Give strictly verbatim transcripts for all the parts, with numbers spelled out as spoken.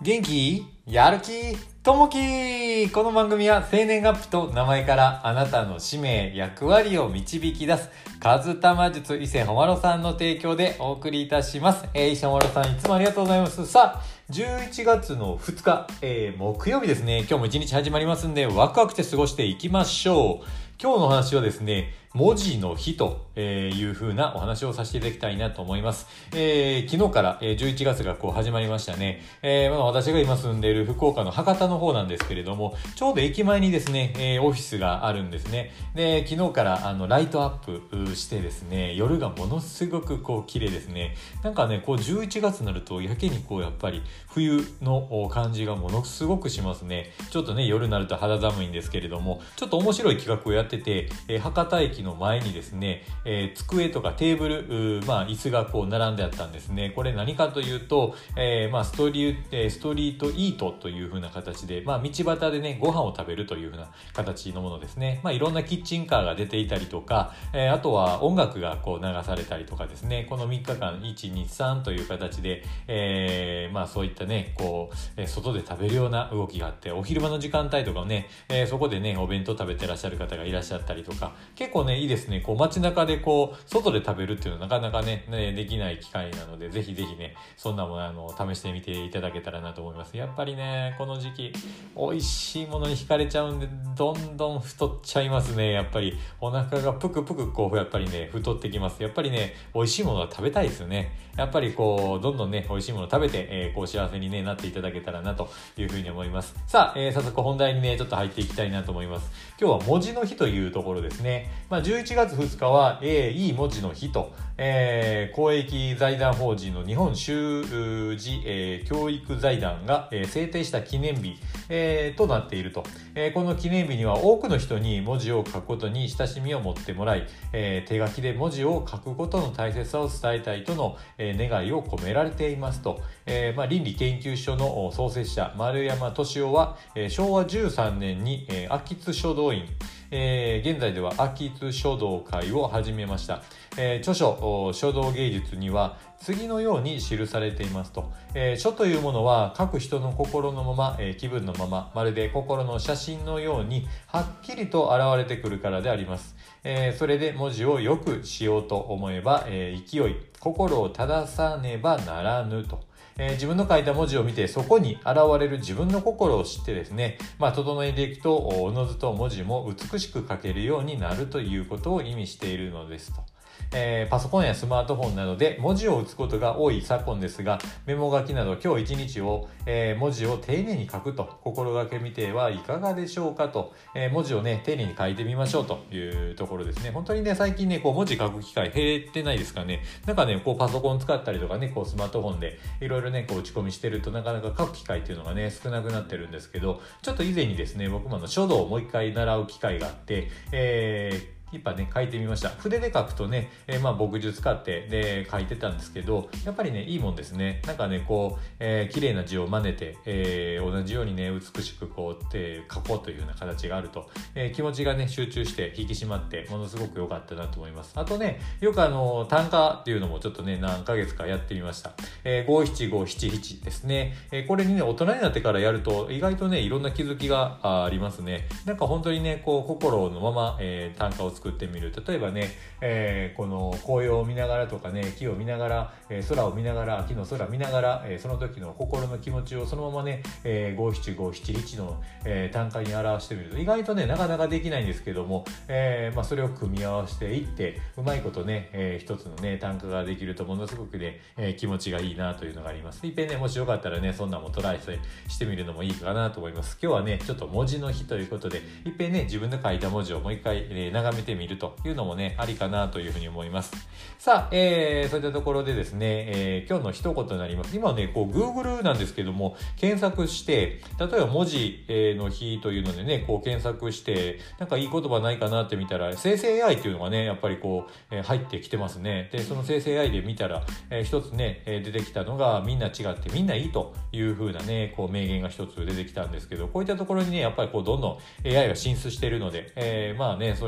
元気やる気ともき。この番組は生年月日と名前からあなたの使命、役割を導き出すカズタマ術伊勢ほまろさんの提供でお送りいたします。えー、伊勢ほまろさんいつもありがとうございます。さあ、じゅういちがつのふつか、えー、木曜日ですね。今日も一日始まりますんでワクワクして過ごしていきましょう。今日の話はですね、文字の日という風なお話をさせていただきたいなと思います。えー、昨日からじゅういちがつがこう始まりましたね。えー、まあ、私が今住んでいる福岡の博多の方なんですけれども、ちょうど駅前にですね、えー、オフィスがあるんですね。で、昨日からあのライトアップしてですね、夜がものすごくこう綺麗ですね。なんかね、こうじゅういちがつになるとやけにこうやっぱり冬の感じがものすごくしますね。ちょっとね、夜になると肌寒いんですけれども、ちょっと面白い企画をやってて、えー、博多駅の前にですね、えー、机とかテーブル、まあ椅子がこう並んであったんですね。これ何かというと、えー、まあストリー、えー、ストリートイートという風な形で、まあ道端でね、ご飯を食べるという風な形のものですね。まあいろんなキッチンカーが出ていたりとか、えー、あとは音楽がこう流されたりとかですね、このみっかかんいち、に、さんという形で、えー、まあそういったね、こう、えー、外で食べるような動きがあって、お昼間の時間帯とかね、えー、そこでね、お弁当食べてらっしゃる方がいらっしゃったりとか、結構ね、いいですね。こう街中でこう外で食べるっていうのはなかなかね、ねできない機会なので、ぜひぜひね、そんなものあの試してみていただけたらなと思います。やっぱりね、この時期美味しいものに惹かれちゃうんで、どんどん太っちゃいますね。やっぱりお腹がぷくぷくこうやっぱりね、太ってきます。やっぱりね、美味しいものは食べたいですよね。やっぱりこうどんどんね、美味しいもの食べて、えー、こう幸せに、ね、なっていただけたらなというふうに思います。さあ、えー、早速本題にね、ちょっと入っていきたいなと思います。今日は文字の日というところですね。まあ、じゅういちがつふつかは、えー、いい文字の日と、えー、公益財団法人の日本習字、えー、教育財団が、えー、制定した記念日、えー、となっていると、えー。この記念日には多くの人に文字を書くことに親しみを持ってもらい、えー、手書きで文字を書くことの大切さを伝えたいとの、えー、願いを込められていますと。えーまあ、倫理研究所の創設者丸山俊夫は、えー、しょうわじゅうさんねんに、えー、秋津書道院、えー、現在では秋津書道会を始めました。えー、著書書道芸術には次のように記されていますと、えー、書というものは書く人の心のまま、えー、気分のまま、まるで心の写真のようにはっきりと現れてくるからであります。えー、それで文字をよくしようと思えば、えー、勢い心を正さねばならぬと。えー、自分の書いた文字を見てそこに現れる自分の心を知ってですね、まあ、整えていくとおのずと文字も美しく書けるようになるということを意味しているのですと。えー、パソコンやスマートフォンなどで文字を打つことが多い昨今ですが、メモ書きなど今日一日を、えー、文字を丁寧に書くと心がけみてはいかがでしょうかと、えー、文字をね丁寧に書いてみましょうというところですね。本当にね、最近ねこう文字書く機会減ってないですかね。なんかねこうパソコン使ったりとかね、こうスマートフォンでいろいろねこう打ち込みしてるとなかなか書く機会っていうのがね少なくなってるんですけど、ちょっと以前にですね僕もあの書道をもう一回習う機会があって、えーやっぱね書いてみました。筆で書くとね、えー、まあ墨汁使ってで書いてたんですけど、やっぱりねいいもんですね。なんかねこう、えー、綺麗な字を真似て、えー、同じようにね美しくこうって書こうというような形があると、えー、気持ちがね集中して引き締まってものすごく良かったなと思います。あとねよくあの短歌っていうのもちょっとね何ヶ月かやってみました。えー、ごしちごなななですね、えー。これにね大人になってからやると意外とねいろんな気づきがありますね。なんか本当にねこう心のまま、えー、短歌を作ってみる。例えばね、えー、この紅葉を見ながらとかね、木を見ながら、えー、空を見ながら、秋の空見ながら、えー、その時の心の気持ちをそのままね、えー、ごしちごななの、えー、短歌に表してみると意外とねなかなかできないんですけども、えーまあ、それを組み合わせていってうまいことね、えー、一つのね短歌ができるとものすごくね、えー、気持ちがいいなというのがあります。いっぺんねもしよかったらねそんなもトライしてみるのもいいかなと思います。今日はねちょっと文字の日ということでいっぺんね自分で書いた文字をもう一回、えー、眺めてみるというのもねありかなというふうに思います。さあ、えー、そういったところでですね、えー、今日の一言になります。今ねこう Google なんですけども検索して例えば文字の日というのでねこう検索してなんかいい言葉ないかなって見たら生成 エーアイ っていうのがねやっぱりこう、えー、入ってきてますね。でその生成 エーアイ で見たら、えー、一つね出てきたのがみんな違ってみんないいという風なねこう名言が一つ出てきたんですけど、こういったところにねやっぱりこうどんどん エーアイ が進出しているので、えー、まあねそれについて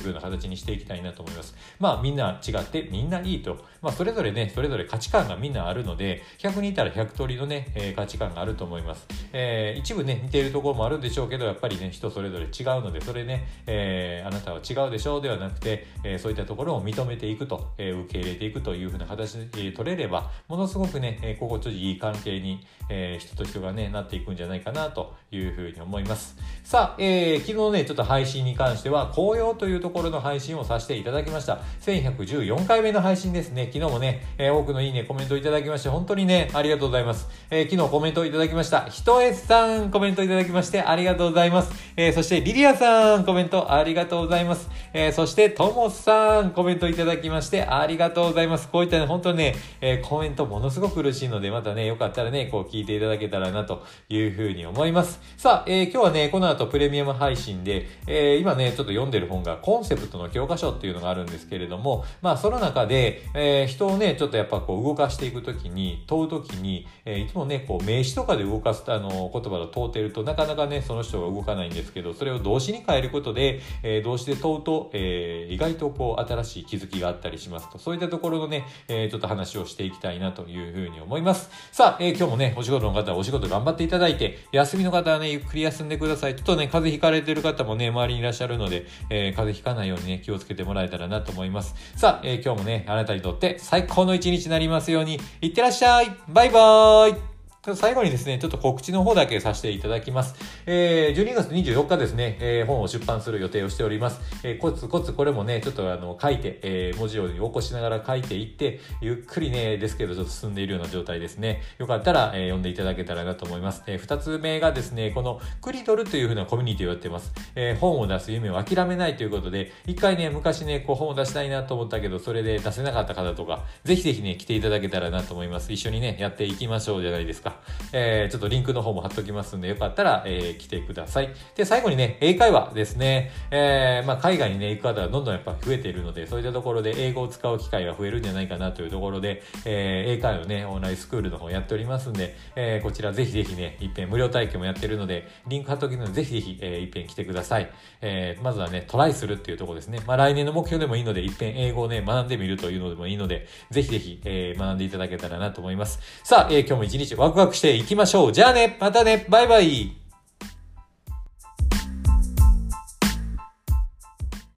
いう風な形にしていきたいなと思います。まあみんな違ってみんないいと。まあそれぞれね、それぞれ価値観がみんなあるので、ひゃくにんいたらひゃく通りのね、えー、価値観があると思います。えー、一部ね、似ているところもあるんでしょうけど、やっぱりね、人それぞれ違うので、それね、えー、あなたは違うでしょうではなくて、えー、そういったところを認めていくと、えー、受け入れていくという風な形で、えー、取れれば、ものすごくね、えー、心地いい関係に、えー、人と人がね、なっていくんじゃないかなという風に思います。さあ、えー、昨日ね、ちょっと配信に関しては、紅葉というところの配信をさせていただきました。せんひゃくじゅうよんかいめの配信ですね。昨日もね、えー、多くのいいね、コメントいただきまして、本当にね、ありがとうございます。えー、昨日コメントいただきました。ひとえさん、コメントいただきまして、ありがとうございます。えー、そして、リリアさん、コメントありがとうございます。えー、そして、ともさん、コメントいただきまして、ありがとうございます。こういったね、本当にね、えー、コメントものすごく嬉しいので、またね、よかったらね、こう聞いていただけたらな、というふうに思います。さあ、えー、今日はね、この後プレミアム配信で、えー、今ね、ちょっと読んでる本が、コンセプトの教科書っていうのがあるんですけれども、まあ、その中で、えー、人をね、ちょっとやっぱこう動かしていくときに、問うときに、えー、いつもね、こう名詞とかで動かす、あの、言葉を問うてると、なかなかね、その人が動かないんですけど、それを動詞に変えることで、えー、動詞で問うと、えー、意外とこう、新しい気づきがあったりしますと、そういったところのね、えー、ちょっと話をしていきたいなというふうに思います。さあ、えー、今日もね、お仕事の方はお仕事頑張っていただいて、休みの方はね、ゆっくり休んでください。ちょっとね、風邪ひかれてる方もね、周りにいらっしゃるので、えー、風邪ひかないようにね、気をつけてもらえたらなと思います。さあ、えー、今日もね、あなたにとって最高の一日になりますように、いってらっしゃい。バイバーイ。最後にですね、ちょっと告知の方だけさせていただきます。えー、じゅうにがつにじゅうよっかですね、えー、本を出版する予定をしております。えー、コツコツこれもね、ちょっとあの、書いて、えー、文字を起こしながら書いていって、ゆっくりね、ですけど、ちょっと進んでいるような状態ですね。よかったら、えー、読んでいただけたらなと思います。えー、二つ目がですね、この、クリドルという風なコミュニティをやってます。えー、本を出す夢を諦めないということで、一回ね、昔ね、こう本を出したいなと思ったけど、それで出せなかった方とか、ぜひぜひね、来ていただけたらなと思います。一緒にね、やっていきましょうじゃないですか。えーちょっとリンクの方も貼っときますんで、よかったら、えー、来てください。で、最後にね、英会話ですね。えー、まあ、海外にね、行く方がどんどんやっぱ増えているので、そういったところで英語を使う機会が増えるんじゃないかなというところで、えー、英会話のね、オンラインスクールの方やっておりますんで、えー、こちらぜひぜひね、一遍無料体験もやってるので、リンク貼っときので、ぜひぜひ、えー、一遍来てください。えー、まずはね、トライするっていうところですね。まあ、来年の目標でもいいので、一遍英語をね、学んでみるというのでもいいので、ぜひぜひ、えー、学んでいただけたらなと思います。さあ、えー、今日も一日ワクワクしていきましょう。じゃあね、またね、バイバイ。